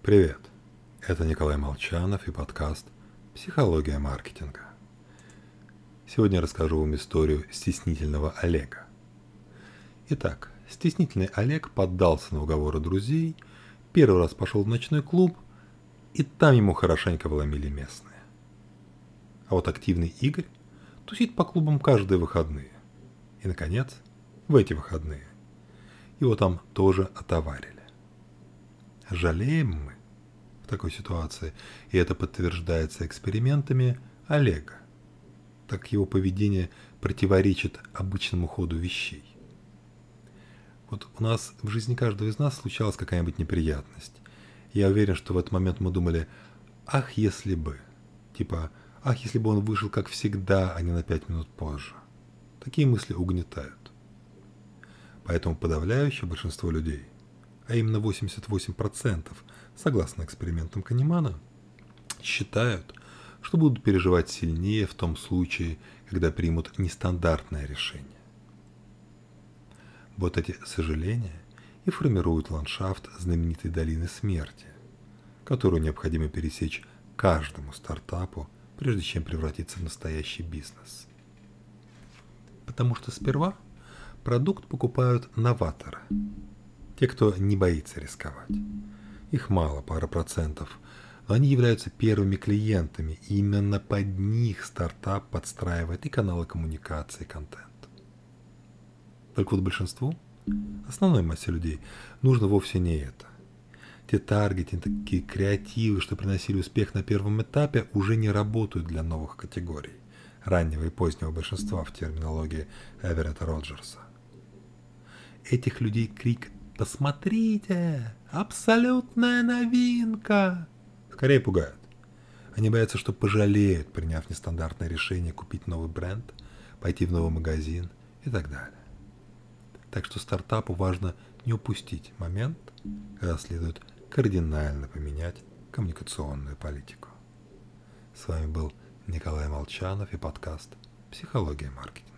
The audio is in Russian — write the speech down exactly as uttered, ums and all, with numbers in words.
Привет, это Николай Молчанов и подкаст «Психология маркетинга». Сегодня я расскажу вам историю стеснительного Олега. Итак, стеснительный Олег поддался на уговоры друзей, первый раз пошел в ночной клуб, и там ему хорошенько вломили местные. А вот активный Игорь тусит по клубам каждые выходные. И, наконец, в эти выходные его там тоже отоварили. Жалеем мы в такой ситуации, и это подтверждается экспериментами Олега, так как его поведение противоречит обычному ходу вещей. Вот у нас в жизни каждого из нас случалась какая-нибудь неприятность. Я уверен, что в этот момент мы думали: ах, если бы. Типа, ах, если бы он вышел как всегда, а не на пять минут позже. Такие мысли угнетают. Поэтому подавляющее большинство людей, а именно восемьдесят восемь процентов, согласно экспериментам Канемана, считают, что будут переживать сильнее в том случае, когда примут нестандартное решение. Вот эти сожаления и формируют ландшафт знаменитой долины смерти, которую необходимо пересечь каждому стартапу, прежде чем превратиться в настоящий бизнес. Потому что сперва продукт покупают новаторы, те, кто не боится рисковать. Их мало, пара процентов, но они являются первыми клиентами, и именно под них стартап подстраивает и каналы коммуникации, и контент. Только вот большинству, основной массе людей, нужно вовсе не это. Те таргетинги, такие креативы, что приносили успех на первом этапе, уже не работают для новых категорий, раннего и позднего большинства в терминологии Эверетта Роджерса. Этих людей крик «Посмотрите! Абсолютная новинка!» скорее пугает. Они боятся, что пожалеют, приняв нестандартное решение купить новый бренд, пойти в новый магазин и так далее. Так что стартапу важно не упустить момент, когда следует кардинально поменять коммуникационную политику. С вами был Николай Молчанов и подкаст «Психология маркетинга».